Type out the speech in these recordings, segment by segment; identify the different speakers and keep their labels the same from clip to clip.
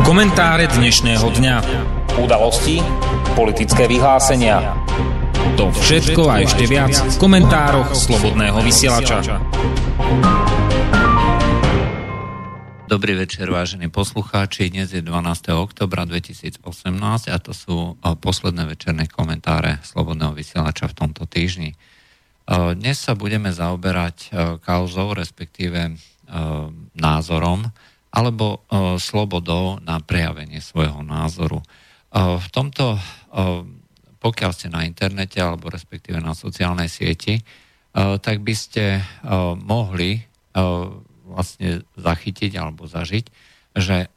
Speaker 1: Komentáre dnešného dňa.
Speaker 2: Udalosti, politické vyhlásenia.
Speaker 1: To všetko a ešte viac v komentároch Slobodného vysielača.
Speaker 3: Dobrý večer, vážení poslucháči. Dnes je 12. októbra 2018 a to sú posledné večerné komentáre Slobodného vysielača v tomto týždni. Dnes sa budeme zaoberať kauzou, respektíve názorom alebo slobodou na prejavenie svojho názoru. V tomto, pokiaľ ste na internete alebo respektíve na sociálnej sieti, tak by ste mohli vlastne zachytiť alebo zažiť, že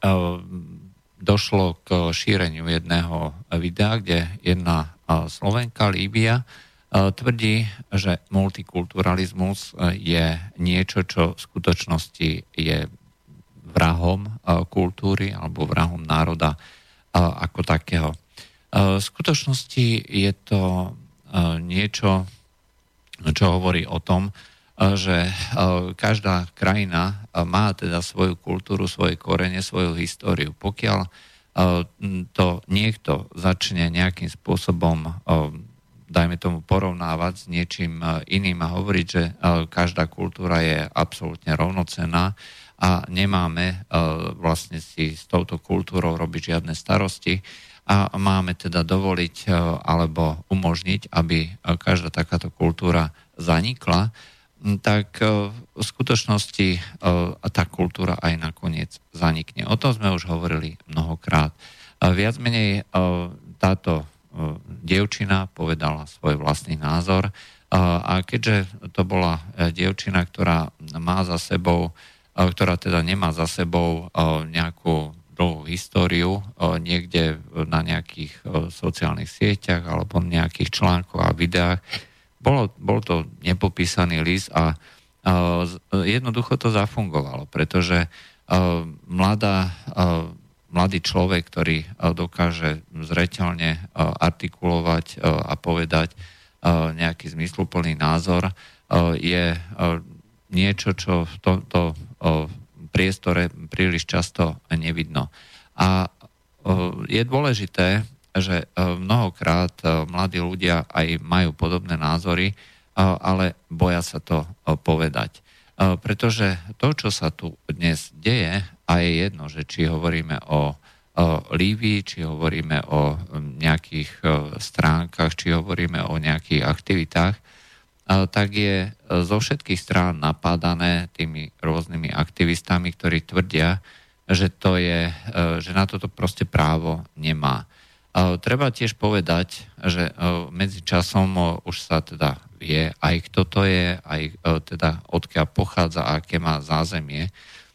Speaker 3: došlo k šíreniu jedného videa, kde jedna Slovenka, Líbia, tvrdí, že multikulturalizmus je niečo, čo v skutočnosti je vrahom kultúry alebo vrahom národa ako takého. V skutočnosti je to niečo, čo hovorí o tom, že každá krajina má teda svoju kultúru, svoje korene, svoju históriu. Pokiaľ to niekto začne nejakým spôsobom, dajme tomu, porovnávať s niečím iným a hovoriť, že každá kultúra je absolútne rovnocenná a nemáme vlastne si s touto kultúrou robiť žiadne starosti a máme teda dovoliť alebo umožniť, aby každá takáto kultúra zanikla, tak v skutočnosti tá kultúra aj nakoniec zanikne. O tom sme už hovorili mnohokrát. Viac menej táto dievčina povedala svoj vlastný názor a keďže to bola dievčina, ktorá má za sebou, ktorá teda nemá za sebou nejakú dlhú históriu niekde na nejakých sociálnych sieťach alebo nejakých článkoch a videách, bol to nepopísaný list a jednoducho to zafungovalo, pretože mladý človek, ktorý dokáže zreteľne artikulovať a povedať nejaký zmysluplný názor, je niečo, čo v tomto priestore príliš často nevidno. A je dôležité, že mnohokrát mladí ľudia aj majú podobné názory, ale boja sa to povedať. Pretože to, čo sa tu dnes deje, a je jedno, že či hovoríme o Líbii, či hovoríme o nejakých stránkach, či hovoríme o nejakých aktivitách, tak je zo všetkých strán napádané tými rôznymi aktivistami, ktorí tvrdia, že na toto proste právo nemá. Treba tiež povedať, že medzi časom už sa teda vie aj kto to je, aj teda odkiaľ pochádza a aké má zázemie.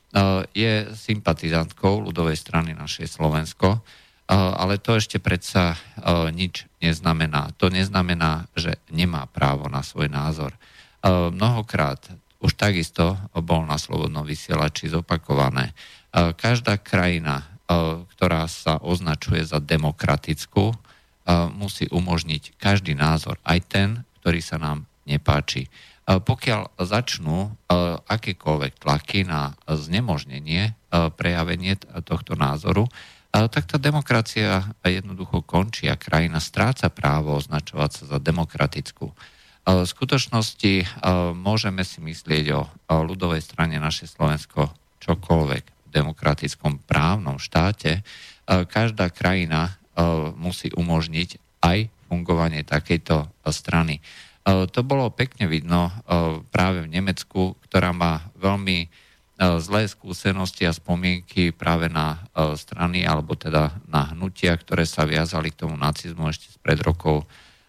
Speaker 3: Je sympatizantkou ľudovej strany Naše Slovensko, ale to ešte predsa nič neznamená. To neznamená, že nemá právo na svoj názor. Mnohokrát už takisto bol na Slobodnom vysielači zopakované. Každá krajina, ktorá sa označuje za demokratickú, musí umožniť každý názor, aj ten, ktorý sa nám nepáči. Pokiaľ začnú akékoľvek tlaky na znemožnenie, prejavenie tohto názoru, tak tá demokracia jednoducho končí a krajina stráca právo označovať sa za demokratickú. V skutočnosti môžeme si myslieť o ľudovej strane Naše Slovensko čokoľvek v demokratickom právnom štáte. Každá krajina musí umožniť aj fungovanie takejto strany. To bolo pekne vidno práve v Nemecku, ktorá má veľmi zlé skúsenosti a spomienky práve na strany alebo teda na hnutia, ktoré sa viazali k tomu nacizmu ešte spred rokov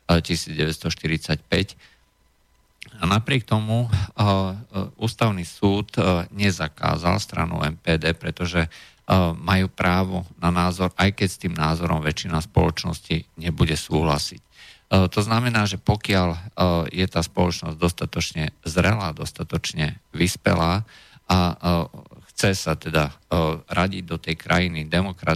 Speaker 3: 1945. A napriek tomu ústavný súd nezakázal stranu MPD, pretože majú právo na názor, aj keď s tým názorom väčšina spoločnosti nebude súhlasiť. To znamená, že pokiaľ je tá spoločnosť dostatočne zrelá, dostatočne vyspelá a chce sa teda radiť do tej krajiny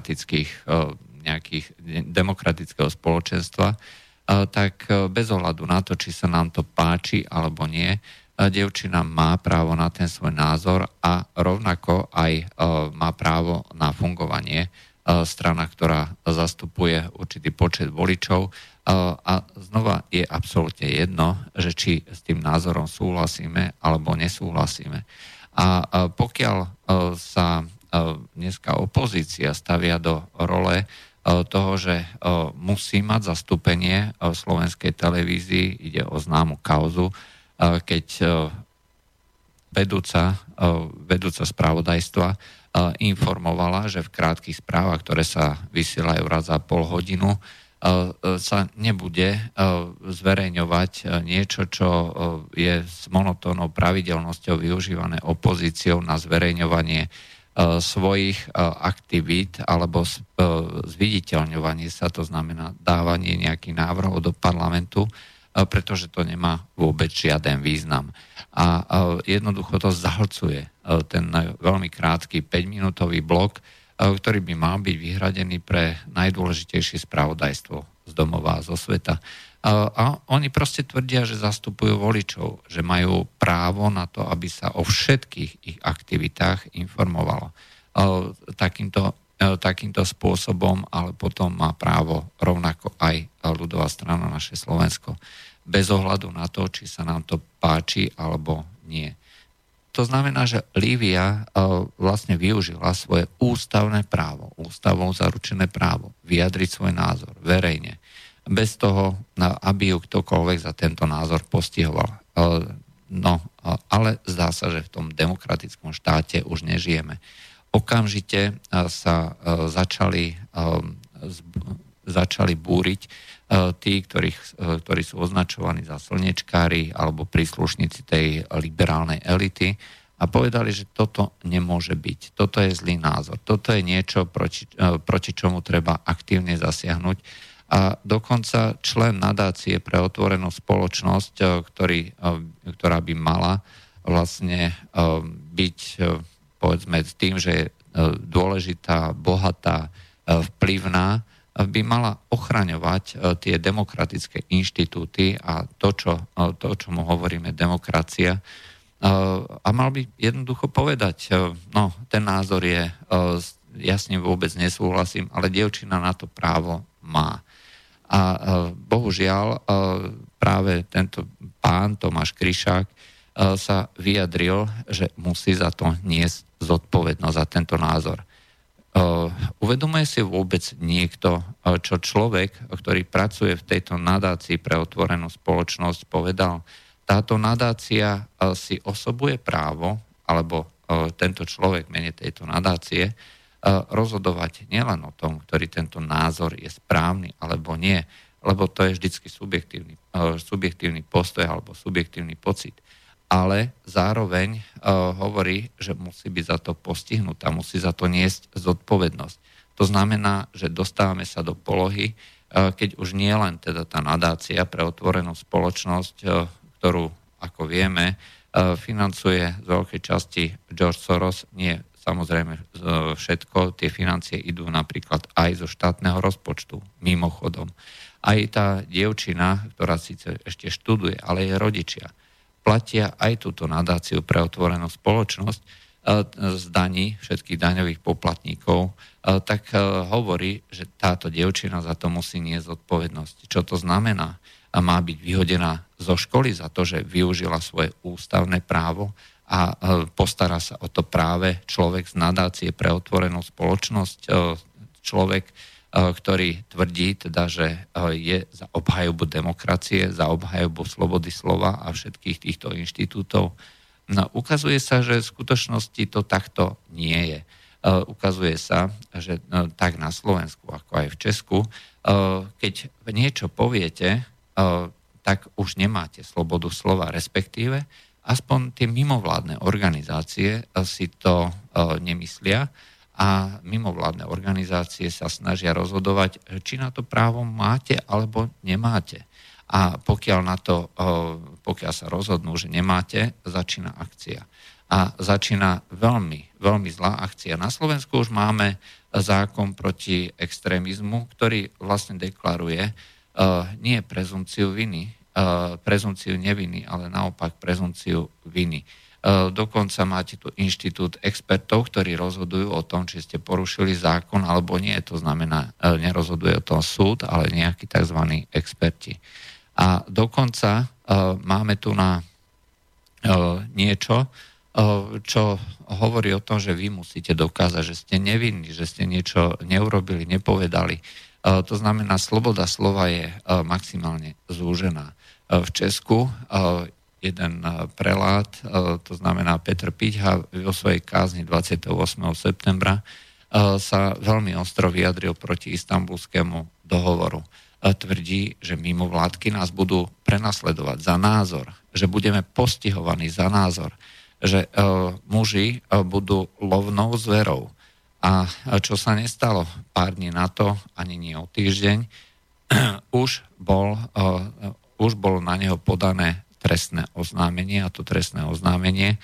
Speaker 3: demokratického spoločenstva, tak bez ohľadu na to, či sa nám to páči alebo nie, dievčina má právo na ten svoj názor a rovnako aj má právo na fungovanie strana, ktorá zastupuje určitý počet voličov a znova je absolútne jedno, že či s tým názorom súhlasíme alebo nesúhlasíme. A pokiaľ sa dneska opozícia stavia do role toho, že musí mať zastúpenie v slovenskej televízii, ide o známu kauzu, keď vedúca spravodajstva informovala, že v krátkych správach, ktoré sa vysielajú raz za pol hodinu, sa nebude zverejňovať niečo, čo je s monotónnou pravidelnosťou využívané opozíciou na zverejňovanie svojich aktivít alebo zviditeľňovanie sa, to znamená dávanie nejakých návrhov do parlamentu, pretože to nemá vôbec žiaden význam. A jednoducho to zahlcuje ten veľmi krátky 5-minútový blok, ktorý by mal byť vyhradený pre najdôležitejšie spravodajstvo z domova a zo sveta. A oni proste tvrdia, že zastupujú voličov, že majú právo na to, aby sa o všetkých ich aktivitách informovalo. Takýmto spôsobom, ale potom má právo rovnako aj ľudová strana Naše Slovensko. Bez ohľadu na to, či sa nám to páči alebo nie. To znamená, že Lívia vlastne využila svoje ústavné právo, ústavou zaručené právo vyjadriť svoj názor verejne, bez toho, aby ju ktokoľvek za tento názor postihoval. Ale zdá sa, že v tom demokratickom štáte už nežijeme. Okamžite sa začali búriť tí, ktorí sú označovaní za slniečkári alebo príslušníci tej liberálnej elity a povedali, že toto nemôže byť. Toto je zlý názor. Toto je niečo, proti čomu treba aktívne zasiahnuť. A dokonca člen nadácie pre otvorenú spoločnosť, ktorá by mala vlastne byť, povedzme, tým, že je dôležitá, bohatá, vplyvná, by mala ochraňovať tie demokratické inštitúty a to, čomu hovoríme demokracia. A mal by jednoducho povedať, ten názor je, ja s ním vôbec nesúhlasím, ale dievčina na to právo má. A bohužiaľ práve tento pán Tomáš Kryšák sa vyjadril, že musí za to niesť zodpovednosť za tento názor. Uvedomuje si vôbec niekto, čo človek, ktorý pracuje v tejto nadácii pre otvorenú spoločnosť, povedal? Táto nadácia si osobuje právo, alebo tento človek v mene tejto nadácie rozhodovať nielen o tom, ktorý tento názor je správny alebo nie, lebo to je vždycky subjektívny postoj alebo subjektívny pocit. Ale zároveň hovorí, že musí byť za to postihnutá, musí za to niesť zodpovednosť. To znamená, že dostávame sa do polohy, keď už nie len teda tá nadácia pre otvorenú spoločnosť, ktorú, ako vieme, financuje z veľkej časti George Soros, nie samozrejme všetko, tie financie idú napríklad aj zo štátneho rozpočtu, mimochodom. Aj tá dievčina, ktorá síce ešte študuje, ale je rodičia, platia aj túto nadáciu pre otvorenú spoločnosť z daní všetkých daňových poplatníkov, tak hovorí, že táto dievčina za to musí niesť zodpovednosť. Čo to znamená? Má byť vyhodená zo školy za to, že využila svoje ústavné právo a postará sa o to práve človek z nadácie pre otvorenú spoločnosť, človek, ktorý tvrdí teda, že je za obhajobu demokracie, za obhajobu slobody slova a všetkých týchto inštitútov. No, ukazuje sa, že v skutočnosti to takto nie je. Ukazuje sa, že tak na Slovensku, ako aj v Česku, keď niečo poviete, tak už nemáte slobodu slova, respektíve aspoň tie mimovládne organizácie si to nemyslia a mimovládne organizácie sa snažia rozhodovať, či na to právo máte alebo nemáte. A pokiaľ sa rozhodnú, že nemáte, začína akcia. A začína veľmi, veľmi zlá akcia. Na Slovensku už máme zákon proti extrémizmu, ktorý vlastne deklaruje nie prezumpciu viny, prezumpciu neviny, ale naopak prezumpciu viny. Dokonca máte tu inštitút expertov, ktorí rozhodujú o tom, či ste porušili zákon alebo nie. To znamená, nerozhoduje o tom súd, ale nejakí tzv. Experti. A dokonca máme tu na niečo, čo hovorí o tom, že vy musíte dokázať, že ste nevinní, že ste niečo neurobili, nepovedali. To znamená, sloboda slova je maximálne zúžená. V Česku jeden prelát, to znamená Petr Piťha, vo svojej kázni 28. septembra sa veľmi ostro vyjadril proti Istanbulskému dohovoru. Tvrdí, že mimovládky nás budú prenasledovať za názor, že budeme postihovaní za názor, že muži budú lovnou zverou. A čo sa nestalo pár dní na to, ani nie o týždeň, už bolo na neho podané trestné oznámenie a to trestné oznámenie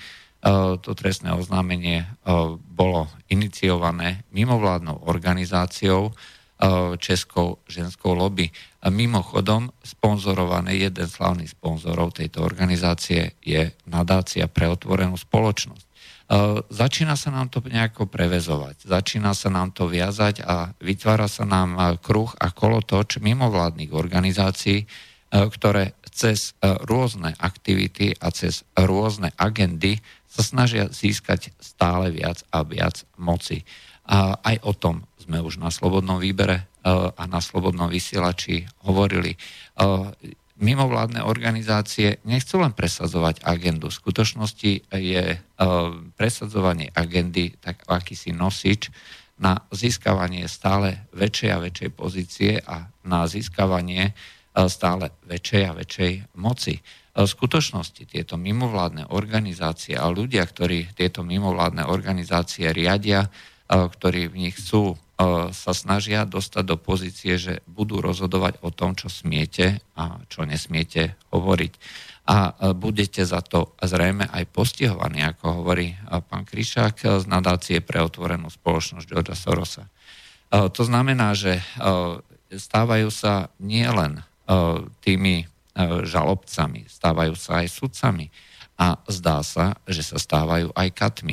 Speaker 3: bolo iniciované mimovládnou organizáciou Českou ženskou lobby. A mimochodom, sponzorované, jeden z hlavných sponzorov tejto organizácie je nadácia pre otvorenú spoločnosť. Začína sa nám to nejako prevezovať, začína sa nám to viazať a vytvára sa nám kruh a kolotoč mimovládnych organizácií, ktoré cez rôzne aktivity a cez rôzne agendy sa snažia získať stále viac a viac moci. A aj o tom sme už na Slobodnom výbere a na Slobodnom vysielači hovorili. Mimovládne organizácie nechcú len presadzovať agendu. V skutočnosti je presadzovanie agendy tak akýsi nosič na získavanie stále väčšej a väčšej pozície a na získavanie stále väčšej a väčšej moci. V skutočnosti tieto mimovládne organizácie a ľudia, ktorí tieto mimovládne organizácie riadia, ktorí v nich sú, sa snažia dostať do pozície, že budú rozhodovať o tom, čo smiete a čo nesmiete hovoriť. A budete za to zrejme aj postihovaní, ako hovorí pán Kryšák z nadácie pre otvorenú spoločnosť Georgea Sorosa. To znamená, že stávajú sa nielen tými žalobcami, stávajú sa aj sudcami a zdá sa, že sa stávajú aj katmi.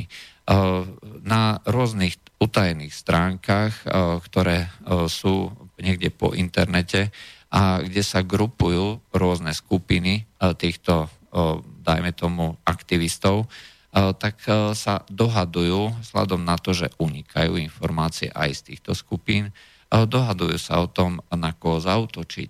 Speaker 3: Na rôznych utajených stránkach, ktoré sú niekde po internete a kde sa grupujú rôzne skupiny týchto, dajme tomu, aktivistov, tak sa dohadujú, vzhľadom na to, že unikajú informácie aj z týchto skupín, dohadujú sa o tom, na koho zaútočiť,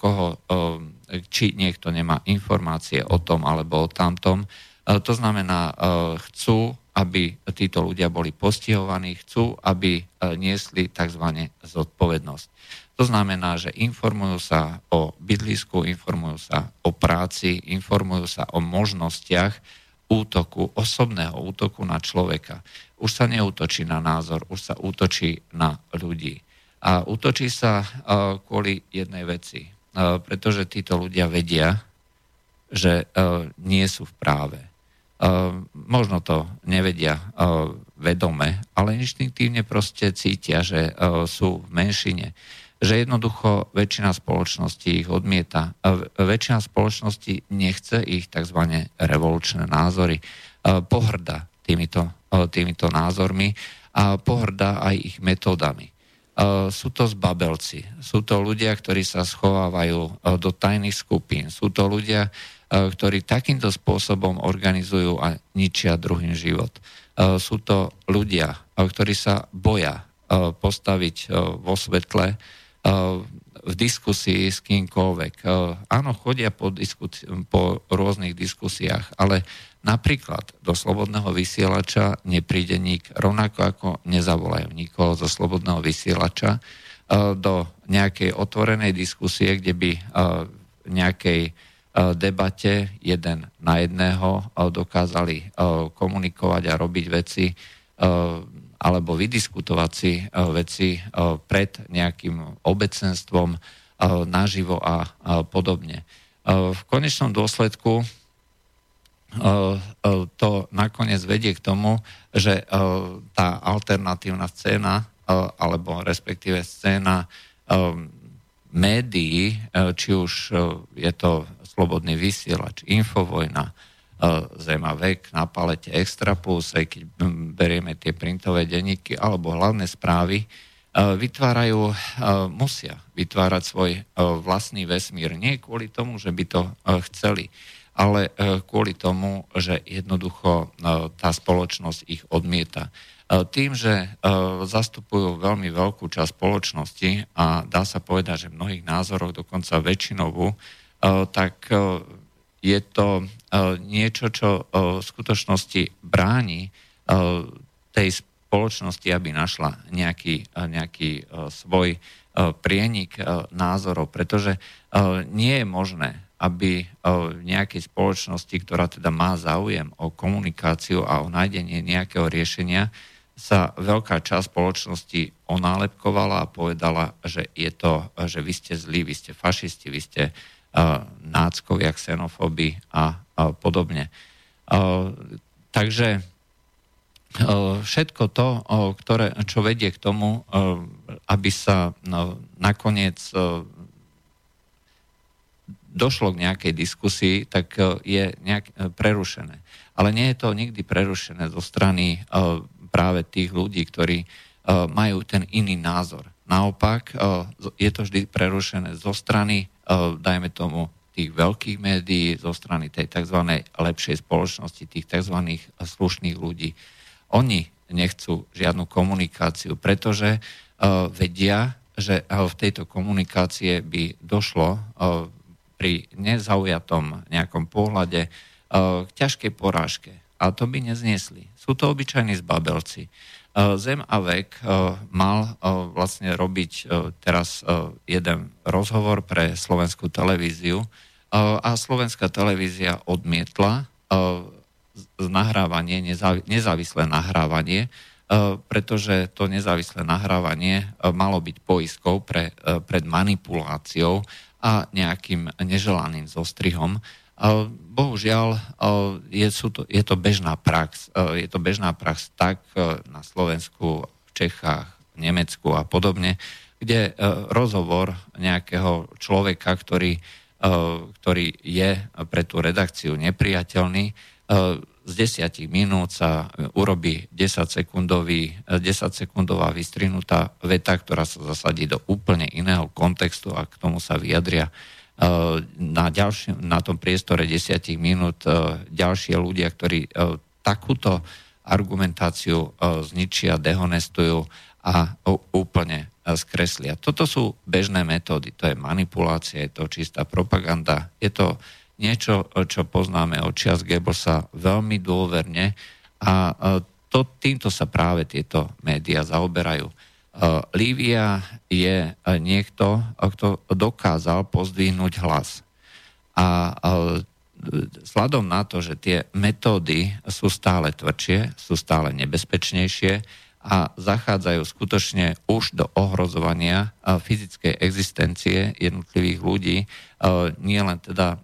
Speaker 3: či niekto nemá informácie o tom alebo o tamtom. To znamená, chcú, aby títo ľudia boli postihovaní, chcú, aby niesli tzv. Zodpovednosť. To znamená, že informujú sa o bydlisku, informujú sa o práci, informujú sa o možnostiach útoku, osobného útoku na človeka. Už sa neútočí na názor, už sa útočí na ľudí. A útočí sa kvôli jednej veci, pretože títo ľudia vedia, že nie sú v práve. Možno to nevedia vedome, ale inštinktívne proste cítia, že sú v menšine. Že jednoducho väčšina spoločnosti ich odmieta. Väčšina spoločnosti nechce ich tzv. Revolučné názory. Pohŕda týmito názormi a pohŕda aj ich metódami. Sú to zbabelci, sú to ľudia, ktorí sa schovávajú do tajných skupín, sú to ľudia, ktorí takýmto spôsobom organizujú a ničia druhým život. Sú to ľudia, ktorí sa boja postaviť vo svetle v diskusii s kýmkoľvek. Áno, chodia po rôznych diskusiách, ale napríklad do Slobodného vysielača nepríde nik, rovnako ako nezavolajú nikoho zo Slobodného vysielača do nejakej otvorenej diskusie, kde by v nejakej debate jeden na jedného dokázali komunikovať a robiť veci alebo vydiskutovať si veci pred nejakým obecenstvom naživo a podobne. V konečnom dôsledku to nakoniec vedie k tomu, že tá alternatívna scéna alebo respektíve scéna médií, či už je to Slobodný vysielač, Infovojna, Zem a vek, na palete Extra Plus, aj keď berieme tie printové denníky alebo hlavné správy, musia vytvárať svoj vlastný vesmír. Nie kvôli tomu, že by to chceli, ale kvôli tomu, že jednoducho tá spoločnosť ich odmieta. Tým, že zastupujú veľmi veľkú časť spoločnosti a dá sa povedať, že v mnohých názoroch, dokonca väčšinovú, tak je to niečo, čo v skutočnosti bráni tej spoločnosti, aby našla nejaký svoj prienik názorov, pretože nie je možné, aby v nejakej spoločnosti, ktorá teda má záujem o komunikáciu a o nájdenie nejakého riešenia, sa veľká časť spoločnosti onálepkovala a povedala, že že vy ste zlí, vy ste fašisti, vy ste náckovia, xenofóbi a podobne. Takže všetko to, čo vedie k tomu, aby sa nakoniec došlo k nejakej diskusii, tak je nejak prerušené. Ale nie je to nikdy prerušené zo strany práve tých ľudí, ktorí majú ten iný názor. Naopak, je to vždy prerušené zo strany, dajme tomu, tých veľkých médií, zo strany tej tzv. Lepšej spoločnosti, tých tzv. Slušných ľudí. Oni nechcú žiadnu komunikáciu, pretože vedia, že v tejto komunikácie by došlo pri nezaujatom nejakom pohľade k ťažkej porážke. A to by nezniesli. Sú to obyčajní zbabelci. Zem a vek mal vlastne robiť teraz jeden rozhovor pre slovenskú televíziu a slovenská televízia odmietla nahrávanie, nezávislé nahrávanie, pretože to nezávislé nahrávanie malo byť poiskou pred manipuláciou a nejakým neželaným zostrihom. Bohužiaľ, je to bežná prax. Je to bežná prax tak na Slovensku, v Čechách, v Nemecku a podobne, kde rozhovor nejakého človeka, ktorý je pre tú redakciu nepriateľný, z 10 minút sa urobí 10-sekundová vystrihnutá veta, ktorá sa zasadí do úplne iného kontextu a k tomu sa vyjadria na tom priestore 10 minút ďalšie ľudia, ktorí takúto argumentáciu zničia, dehonestujú a úplne skreslia. Toto sú bežné metódy, to je manipulácia, je to čistá propaganda, je to niečo, čo poznáme od čias Goebbelsa veľmi dôverne a týmto sa práve tieto médiá zaoberajú. Lívia je niekto, kto dokázal pozdvihnúť hlas. A vzhľadom na to, že tie metódy sú stále tvrdšie, sú stále nebezpečnejšie a zachádzajú skutočne už do ohrozovania fyzickej existencie jednotlivých ľudí, nie len teda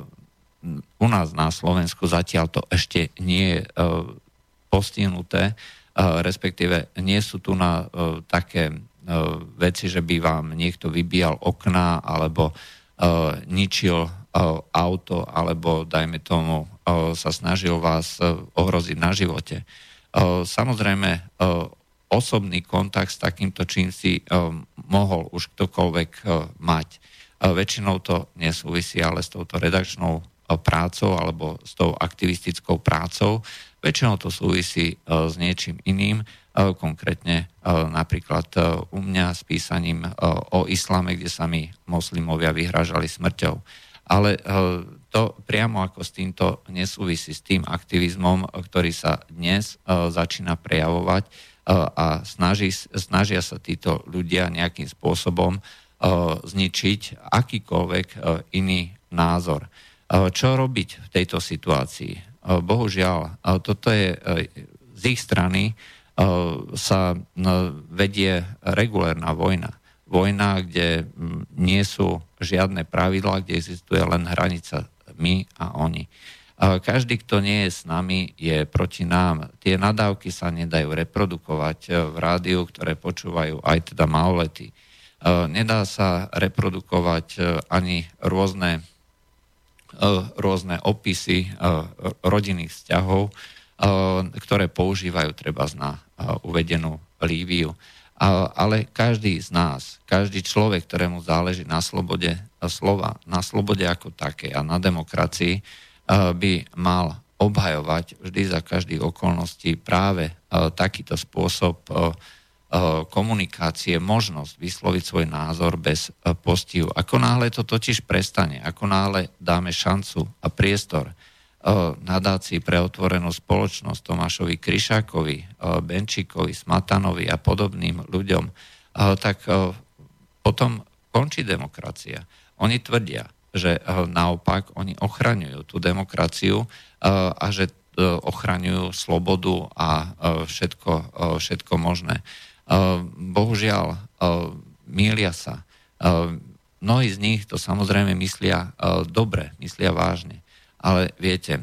Speaker 3: u nás na Slovensku zatiaľ to ešte nie je postihnuté, respektíve nie sú tu na také veci, že by vám niekto vybíjal okná alebo ničil auto alebo dajme tomu sa snažil vás ohroziť na živote. Samozrejme osobný kontakt s takýmto čím si mohol už ktokoľvek mať. Väčšinou to nesúvisí ale s touto redakčnou prácou alebo s tou aktivistickou prácou. Väčšinou to súvisí s niečím iným, konkrétne napríklad u mňa s písaním o islame, kde sa mi moslimovia vyhrážali smrťou. Ale to priamo ako s týmto nesúvisí s tým aktivizmom, ktorý sa dnes začína prejavovať a snažia sa títo ľudia nejakým spôsobom zničiť akýkoľvek iný názor. Čo robiť v tejto situácii? Bohužiaľ, toto je z ich strany sa vedie regulérna vojna. Vojna, kde nie sú žiadne pravidlá, kde existuje len hranica my a oni. Každý, kto nie je s nami, je proti nám. Tie nadávky sa nedajú reprodukovať v rádiu, ktoré počúvajú aj teda maloletí. Nedá sa reprodukovať ani rôzne rôzne opisy rodinných vzťahov, ktoré používajú treba na uvedenú Líviu. Ale každý z nás, každý človek, ktorému záleží na slobode slova, na slobode ako také a na demokracii, by mal obhajovať vždy za každých okolností práve takýto spôsob komunikácie, možnosť vysloviť svoj názor bez postihu. Ako náhle to totiž prestane, ako náhle dáme šancu a priestor nadácii pre otvorenú spoločnosť Tomášovi Kryšákovi, Benčíkovi, Smatanovi a podobným ľuďom, tak potom končí demokracia. Oni tvrdia, že naopak oni ochraňujú tú demokraciu a že ochraňujú slobodu a všetko možné. Bohužiaľ, mýlia sa. Mnohí z nich to samozrejme myslia dobre, myslia vážne. Ale viete,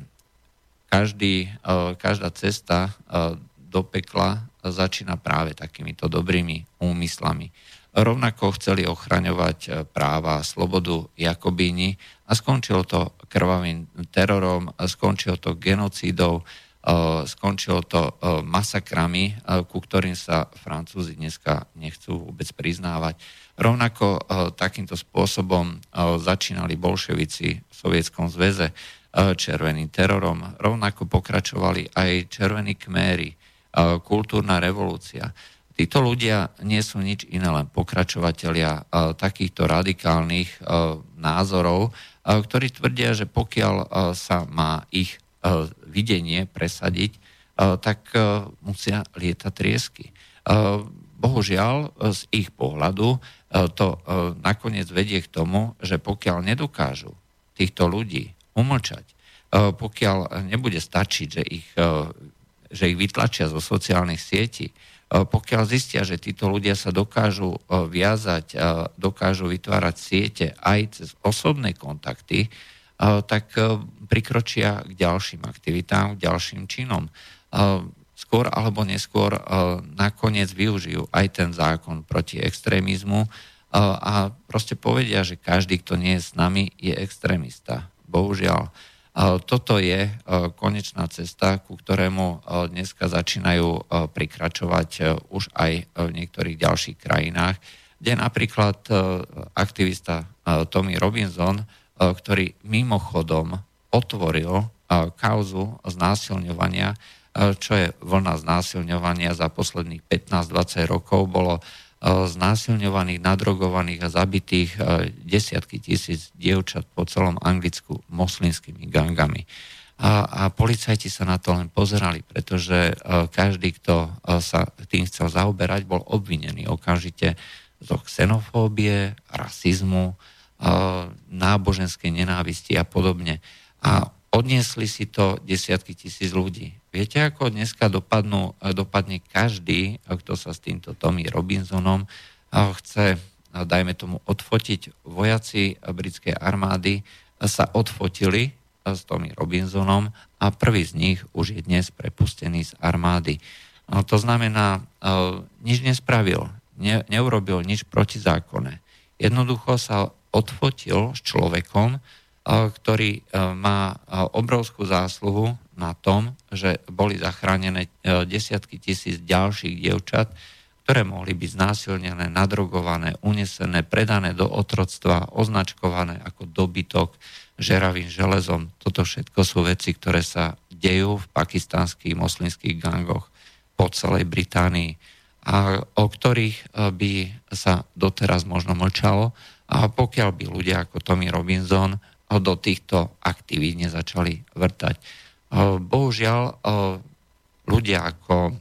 Speaker 3: každá cesta do pekla začína práve takýmito dobrými úmyslami. Rovnako chceli ochraňovať práva, slobodu Jakobíni a skončilo to krvavým terorom, skončilo to genocídou, skončilo to masakrami, ku ktorým sa Francúzi dneska nechcú vôbec priznávať. Rovnako takýmto spôsobom začínali bolševici v Sovietskom zväze červeným terorom. Rovnako pokračovali aj červení kméri, kultúrna revolúcia. Títo ľudia nie sú nič iné, len pokračovatelia takýchto radikálnych názorov, ktorí tvrdia, že pokiaľ sa má ich videnie presadiť, tak musia lietať triesky. Bohužiaľ, z ich pohľadu to nakoniec vedie k tomu, že pokiaľ nedokážu týchto ľudí umlčať, pokiaľ nebude stačiť, že ich vytlačia zo sociálnych sietí, pokiaľ zistia, že títo ľudia sa dokážu viazať, dokážu vytvárať siete aj cez osobné kontakty, tak prikročia k ďalším aktivitám, k ďalším činom. Skôr alebo neskôr nakoniec využijú aj ten zákon proti extrémizmu a proste povedia, že každý, kto nie je s nami, je extrémista. Bohužiaľ, toto je konečná cesta, ku ktorému dneska začínajú prikračovať už aj v niektorých ďalších krajinách, kde napríklad aktivista Tommy Robinson, ktorý mimochodom otvoril kauzu znásilňovania, čo je vlna znásilňovania za posledných 15-20 rokov, bolo znásilňovaných, nadrogovaných a zabitých desiatky tisíc dievčat po celom Anglicku moslimskými gangami. A policajti sa na to len pozerali, pretože každý, kto sa tým chcel zaoberať, bol obvinený okamžite zo xenofóbie, rasizmu, náboženskej nenávisti a podobne. A odniesli si to desiatky tisíc ľudí. Viete, ako dneska dopadne každý, kto sa s týmto Tommy Robinsonom chce, dajme tomu, odfotiť. Vojaci britskej armády sa odfotili s Tommy Robinsonom a prvý z nich už je dnes prepustený z armády. To znamená, nič nespravil, neurobil nič protizákonné. Jednoducho sa odfotil s človekom, ktorý má obrovskú zásluhu na tom, že boli zachránené desiatky tisíc ďalších dievčat, ktoré mohli byť znásilnené, nadrogované, unesené, predané do otroctva, označkované ako dobytok žeravým železom. Toto všetko sú veci, ktoré sa dejú v pakistánskych moslimských gangoch po celej Británii a o ktorých by sa doteraz možno mlčalo. A pokiaľ by ľudia ako Tommy Robinson do týchto aktivít nezačali vrtať. Bohužiaľ, ľudia ako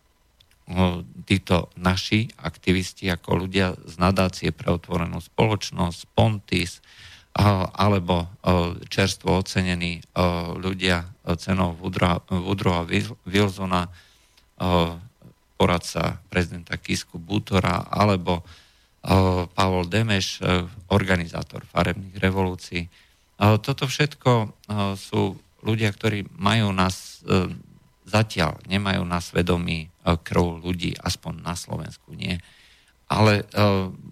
Speaker 3: títo naši aktivisti, ako ľudia z nadácie pre otvorenú spoločnosť, Pontis, alebo čerstvo ocenení ľudia cenou Woodrowa Wilsona, poradca prezidenta Kisku Bútora, alebo Pavol Demeš, organizátor farebných revolúcií. Toto všetko sú ľudia, ktorí majú nás zatiaľ, nemajú na svedomí krv ľudí, aspoň na Slovensku nie. Ale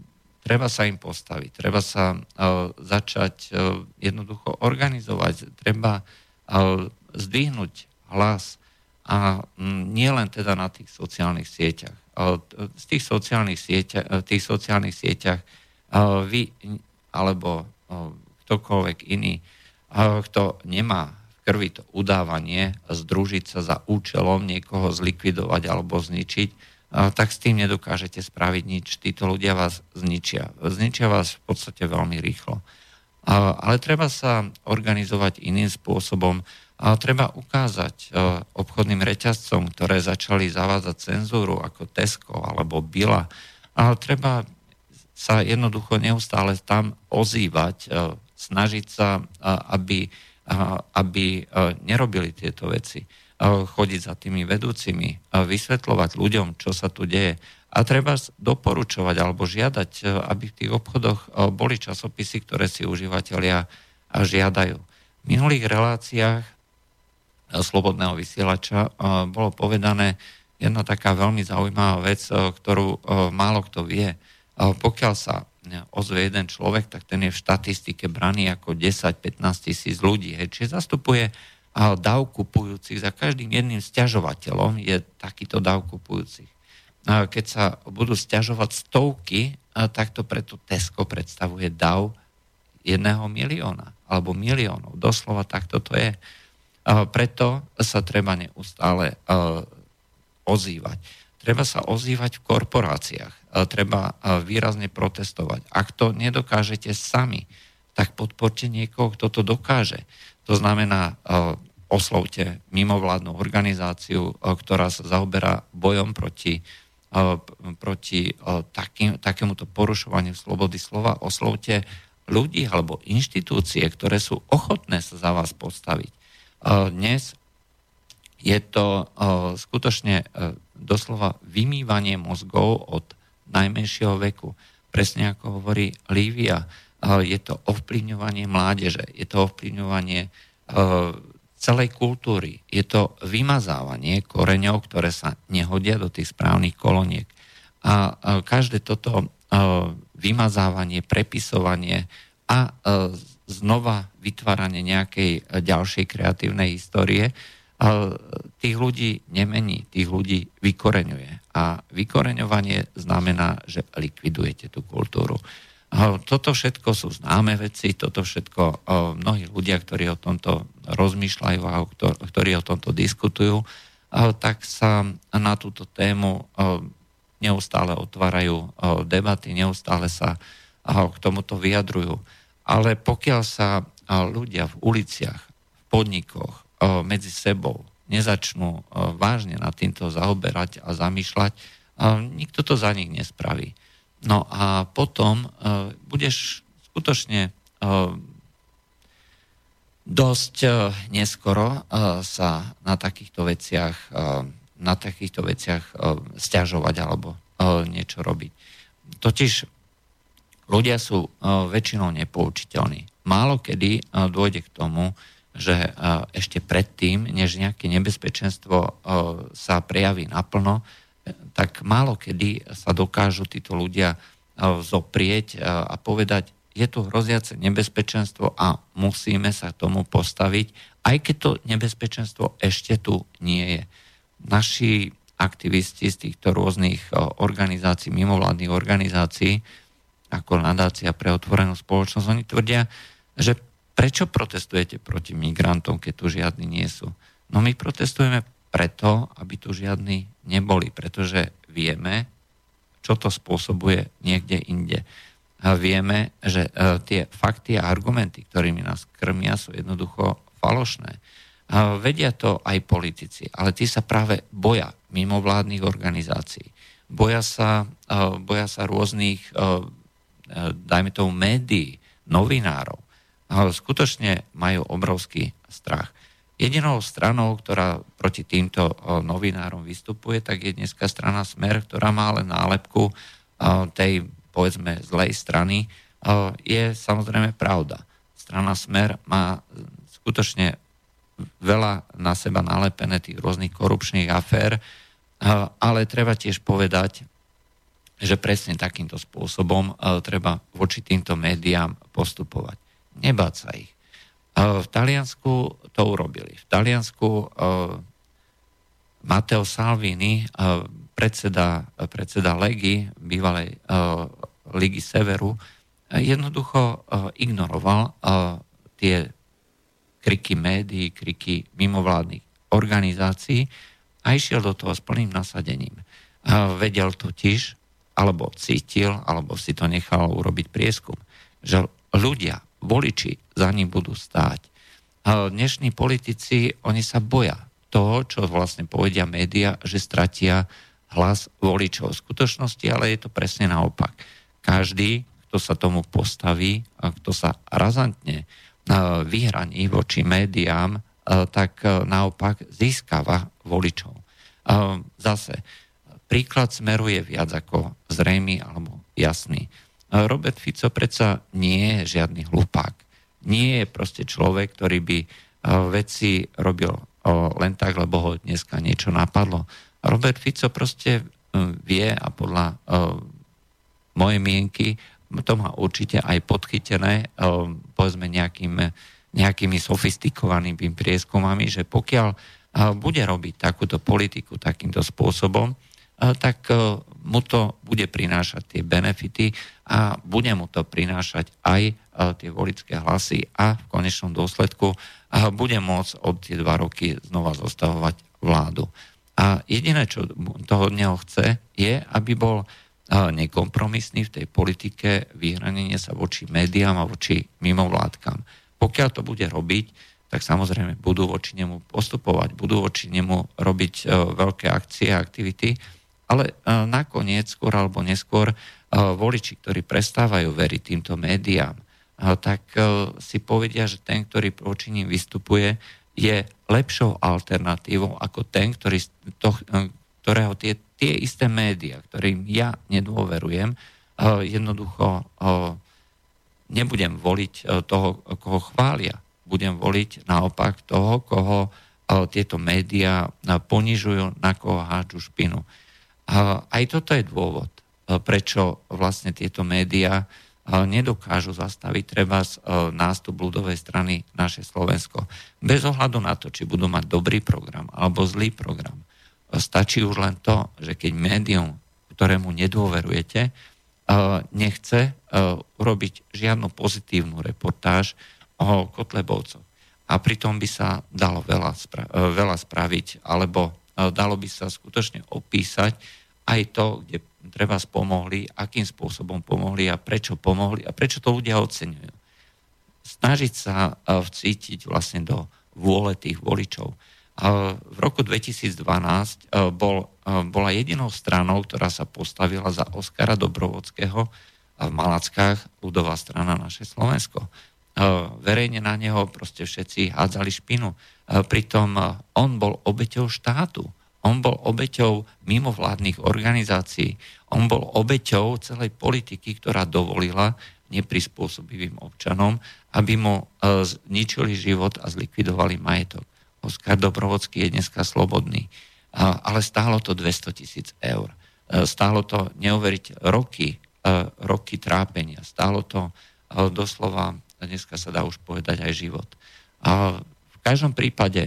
Speaker 3: treba sa im postaviť, treba sa začať jednoducho organizovať, treba zdvihnúť hlas a nie len teda na tých sociálnych sieťach. Z tých sociálnych sieťach vy alebo ktokoľvek iný, kto nemá v krvi to udávanie, združiť sa za účelom niekoho zlikvidovať alebo zničiť, tak s tým nedokážete spraviť nič. Títo ľudia vás zničia. Zničia vás v podstate veľmi rýchlo. Ale treba sa organizovať iným spôsobom. Treba ukázať obchodným reťazcom, ktoré začali zavádzať cenzúru ako Tesco alebo Billa. Treba sa jednoducho neustále tam ozývať, snažiť sa, aby nerobili tieto veci. Chodiť za tými vedúcimi, vysvetľovať ľuďom, čo sa tu deje. A treba doporučovať alebo žiadať, aby v tých obchodoch boli časopisy, ktoré si užívateľia žiadajú. V minulých reláciách Slobodného vysielača bolo povedané jedna taká veľmi zaujímavá vec, ktorú málo kto vie. Pokiaľ sa ozve jeden človek, tak ten je v štatistike braný ako 10-15 tisíc ľudí. Čiže zastupuje dav kupujúcich. Za každým jedným sťažovateľom je takýto dav kupujúcich. Keď sa budú sťažovať stovky, tak to preto Tesco predstavuje dav 1 milióna alebo miliónov. Doslova takto to je. Preto sa treba neustále ozývať. Treba sa ozývať v korporáciách. Treba výrazne protestovať. Ak to nedokážete sami, tak podporte niekoho, kto to dokáže. To znamená, oslovte mimovládnu organizáciu, ktorá sa zaoberá bojom proti takémuto porušovaniu slobody slova. Oslovte ľudí alebo inštitúcie, ktoré sú ochotné sa za vás postaviť. Dnes je to skutočne doslova vymývanie mozgov od najmenšieho veku. Presne ako hovorí Lívia, je to ovplyvňovanie mládeže, je to ovplyvňovanie celej kultúry, je to vymazávanie koreňov, ktoré sa nehodia do tých správnych koloniek. A každé toto vymazávanie, prepisovanie a znova vytváranie nejakej ďalšej kreatívnej histórie tých ľudí nemení, tých ľudí vykoreňuje. A vykoreňovanie znamená, že likvidujete tú kultúru. Toto všetko sú známe veci, toto všetko mnohí ľudia, ktorí o tomto rozmýšľajú a ktorí o tomto diskutujú, tak sa na túto tému neustále otvárajú debaty, neustále sa k tomuto vyjadrujú. Ale pokiaľ sa ľudia v uliciach, v podnikoch, medzi sebou nezačnú vážne nad týmto zaoberať a zamýšľať, nikto to za nich nespraví. No a potom budeš skutočne dosť neskoro sa na takýchto veciach sťažovať alebo niečo robiť. Totiž ľudia sú väčšinou nepoučiteľní. Málo kedy dôjde k tomu, že ešte predtým, než nejaké nebezpečenstvo sa prejaví naplno, tak málo kedy sa dokážu títo ľudia zoprieť a povedať, je tu hroziace nebezpečenstvo a musíme sa tomu postaviť, aj keď to nebezpečenstvo ešte tu nie je. Naši aktivisti z týchto rôznych organizácií, mimovládnych organizácií, ako Nadácia pre otvorenú spoločnosť, oni tvrdia, že prečo protestujete proti migrantom, keď tu žiadni nie sú? No my protestujeme preto, aby tu žiadni neboli, pretože vieme, čo to spôsobuje niekde inde. A vieme, že tie fakty a argumenty, ktorými nás krmia, sú jednoducho falošné. A vedia to aj politici, ale tí sa práve boja mimovládnych organizácií. Boja sa rôznych, dajme tomu, médií, novinárov. Skutočne majú obrovský strach. Jedinou stranou, ktorá proti týmto novinárom vystupuje, tak je dneska strana Smer, ktorá má len nálepku tej, povedzme, zlej strany, je samozrejme pravda. Strana Smer má skutočne veľa na seba nalepené tých rôznych korupčných afér, ale treba tiež povedať, že presne takýmto spôsobom treba voči týmto médiám postupovať. Nebáť sa ich. V Taliansku to urobili. V Taliansku Matteo Salvini, predseda Legy, bývalej Ligy Severu, jednoducho ignoroval tie kriky médií, kriky mimovládnych organizácií a išiel do toho s plným nasadením. Vedel totiž, alebo cítil, alebo si to nechal urobiť prieskum, že ľudia, voliči za ním budú stáť. Dnešní politici, oni sa boja toho, čo vlastne povedia médiá, že stratia hlas voličov. V skutočnosti, ale je to presne naopak. Každý, kto sa tomu postaví a kto sa razantne vyhraní voči médiám, tak naopak získava voličov. Zase, príklad Smeru je viac ako zrejmý alebo jasný. Robert Fico predsa nie je žiadny hlupák. Nie je proste človek, ktorý by veci robil len tak, lebo ho dneska niečo napadlo. Robert Fico proste vie a podľa mojej mienky to má určite aj podchytené, povedzme nejakými sofistikovanými prieskumami, že pokiaľ bude robiť takúto politiku takýmto spôsobom, tak mu to bude prinášať tie benefity a bude mu to prinášať aj tie voličské hlasy a v konečnom dôsledku bude môcť od tie 2 roky znova zostavovať vládu. A jediné, čo toho od neho chce, je, aby bol nekompromisný v tej politike vyhranenie sa voči médiám a voči mimovládkam. Pokiaľ to bude robiť, tak samozrejme budú voči nemu postupovať, budú voči nemu robiť veľké akcie a aktivity, ale nakoniec, skôr alebo neskôr, voliči, ktorí prestávajú veriť týmto médiám, tak si povedia, že ten, ktorý voči ním vystupuje, je lepšou alternatívou ako ten, ktorého tie isté médiá, ktorým ja nedôverujem, jednoducho nebudem voliť toho, koho chvália. Budem voliť naopak toho, koho tieto médiá ponižujú, na koho hádžu špinu. Aj toto je dôvod, prečo vlastne tieto médiá nedokážu zastaviť treba nástup ľudovej strany naše Slovensko. Bez ohľadu na to, či budú mať dobrý program alebo zlý program. Stačí už len to, že keď médium, ktorému nedôverujete, nechce urobiť žiadnu pozitívnu reportáž o Kotlebovcoch. A pritom by sa dalo veľa spraviť, alebo dalo by sa skutočne opísať aj to, kde treba pomohli, akým spôsobom pomohli a prečo to ľudia oceňujú. Snažiť sa vcítiť vlastne do vôle tých voličov. V roku 2012 bola jedinou stranou, ktorá sa postavila za Oskara Dobrovodského v Malackách, ľudová strana Naše Slovensko. Verejne na neho proste všetci hádzali špinu. Pritom on bol obeťou štátu. On bol obeťou mimovládnych organizácií. On bol obeťou celej politiky, ktorá dovolila neprispôsobivým občanom, aby mu zničili život a zlikvidovali majetok. Oskar Dobrovodský je dneska slobodný. Ale stálo to 200 000 eur. Stálo to neuveriť roky trápenia. Stálo to doslova, dneska sa dá už povedať aj život. V každom prípade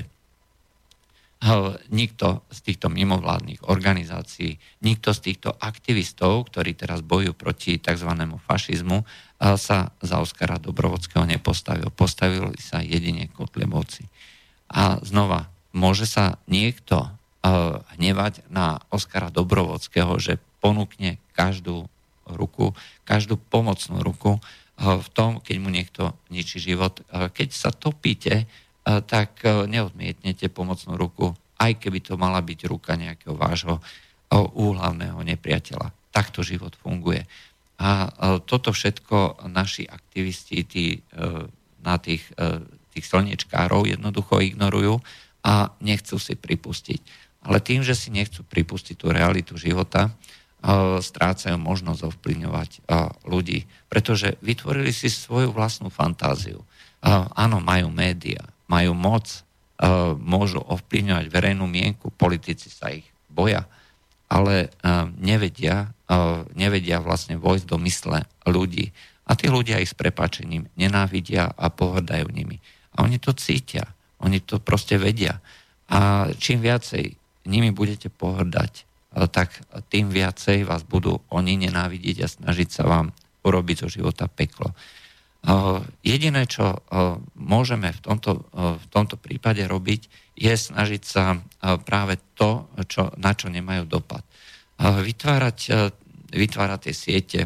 Speaker 3: nikto z týchto mimovládnych organizácií, nikto z týchto aktivistov, ktorí teraz bojujú proti tzv. Fašizmu, sa za Oskara Dobrovodského nepostavil. Postavili sa jedine Kotlebovci. A znova, môže sa niekto hnevať na Oskara Dobrovodského, že ponúkne každú ruku, každú pomocnú ruku v tom, keď mu niekto ničí život. Keď sa topíte, tak neodmietnete pomocnú ruku, aj keby to mala byť ruka nejakého vášho úhlavného nepriateľa. Takto život funguje. A toto všetko naši aktivisti na tých slniečkárov jednoducho ignorujú a nechcú si pripustiť. Ale tým, že si nechcú pripustiť tú realitu života, strácajú možnosť ovplyvňovať ľudí, pretože vytvorili si svoju vlastnú fantáziu. Áno, majú médiá, majú moc, môžu ovplyvňovať verejnú mienku, politici sa ich boja, ale nevedia vlastne vojsť do mysle ľudí. A tí ľudia ich s prepáčením nenávidia a pohrdajú nimi. A oni to cítia, oni to proste vedia. A čím viacej nimi budete pohrdať, tak tým viacej vás budú oni nenávidieť a snažiť sa vám urobiť zo života peklo. Jediné, čo môžeme v tomto prípade robiť, je snažiť sa práve to, na čo nemajú dopad. Vytvárať tie siete,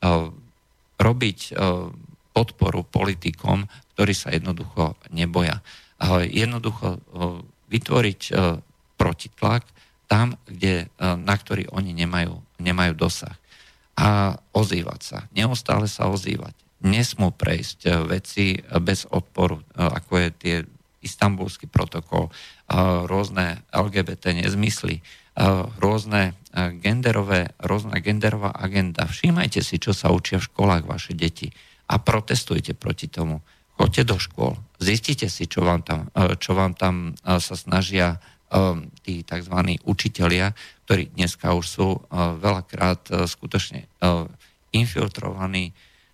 Speaker 3: robiť podporu politikom, ktorí sa jednoducho neboja. Jednoducho vytvoriť protitlak tam, na ktorý oni nemajú dosah. A ozývať sa. Neustále sa ozývať. Nesmú prejsť veci bez odporu, ako je tie Istanbulský protokol, rôzne LGBT nezmysly, rôzna genderová agenda. Všímajte si, čo sa učia v školách vaše deti a protestujte proti tomu. Choďte do škôl, zistite si, čo vám tam sa snažia tí tzv. Učitelia, ktorí dneska už sú veľakrát skutočne infiltrovaní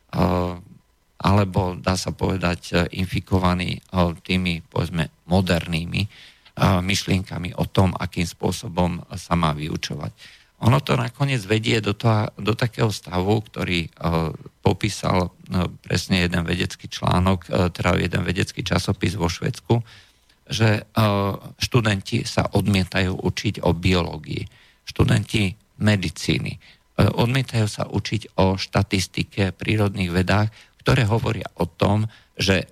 Speaker 3: alebo dá sa povedať infikovaní tými, povedzme, modernými myšlienkami o tom, akým spôsobom sa má vyučovať. Ono to nakoniec vedie do takého stavu, ktorý popísal presne jeden vedecký článok, teda jeden vedecký časopis vo Švédsku, že študenti sa odmietajú učiť o biológii, študenti medicíny, odmietajú sa učiť o štatistike, prírodných vedách, ktoré hovoria o tom, že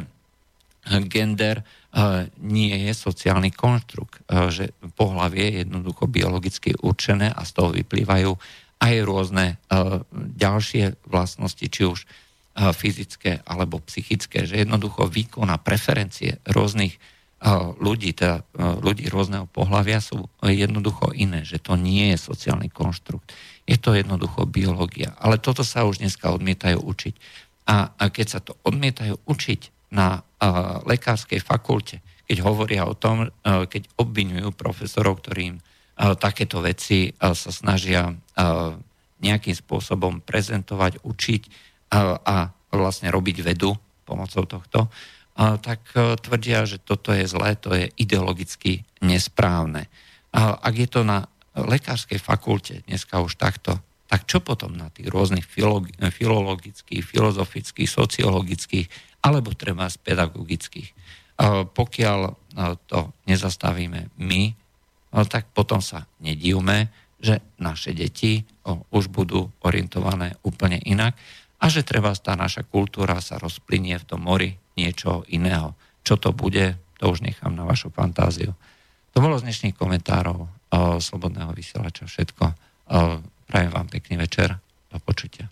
Speaker 3: gender nie je sociálny konštrukt, že pohlavie je jednoducho biologicky určené a z toho vyplývajú aj rôzne ďalšie vlastnosti, či už fyzické alebo psychické, že jednoducho výkon a preferencie rôznych ľudí, teda ľudí rôzneho pohlavia sú jednoducho iné, že to nie je sociálny konštrukt. Je to jednoducho biológia. Ale toto sa už dneska odmietajú učiť. A keď sa to odmietajú učiť na lekárskej fakulte, keď hovoria o tom, keď obviňujú profesorov, ktorým takéto veci sa snažia nejakým spôsobom prezentovať, učiť a vlastne robiť vedu pomocou tohto, tak tvrdia, že toto je zlé, to je ideologicky nesprávne. Ak je to na lekárskej fakulte dneska už takto, tak čo potom na tých rôznych filologických, filozofických, sociologických alebo treba z pedagogických. Pokiaľ to nezastavíme my, tak potom sa nedívme, že naše deti už budú orientované úplne inak a že treba tá naša kultúra sa rozplynie v tom mori niečo iného. Čo to bude, to už nechám na vašu fantáziu. To bolo z dnešných komentárov Slobodného vysielača všetko. Prajem vám pekný večer. Do počutia.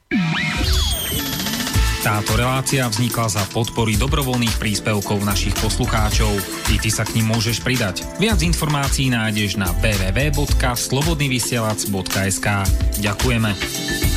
Speaker 1: Táto relácia vznikla za podpory dobrovoľných príspevkov našich poslucháčov. I ty sa k nim môžeš pridať. Viac informácií nájdeš na www.slobodnyvysielac.sk. Ďakujeme.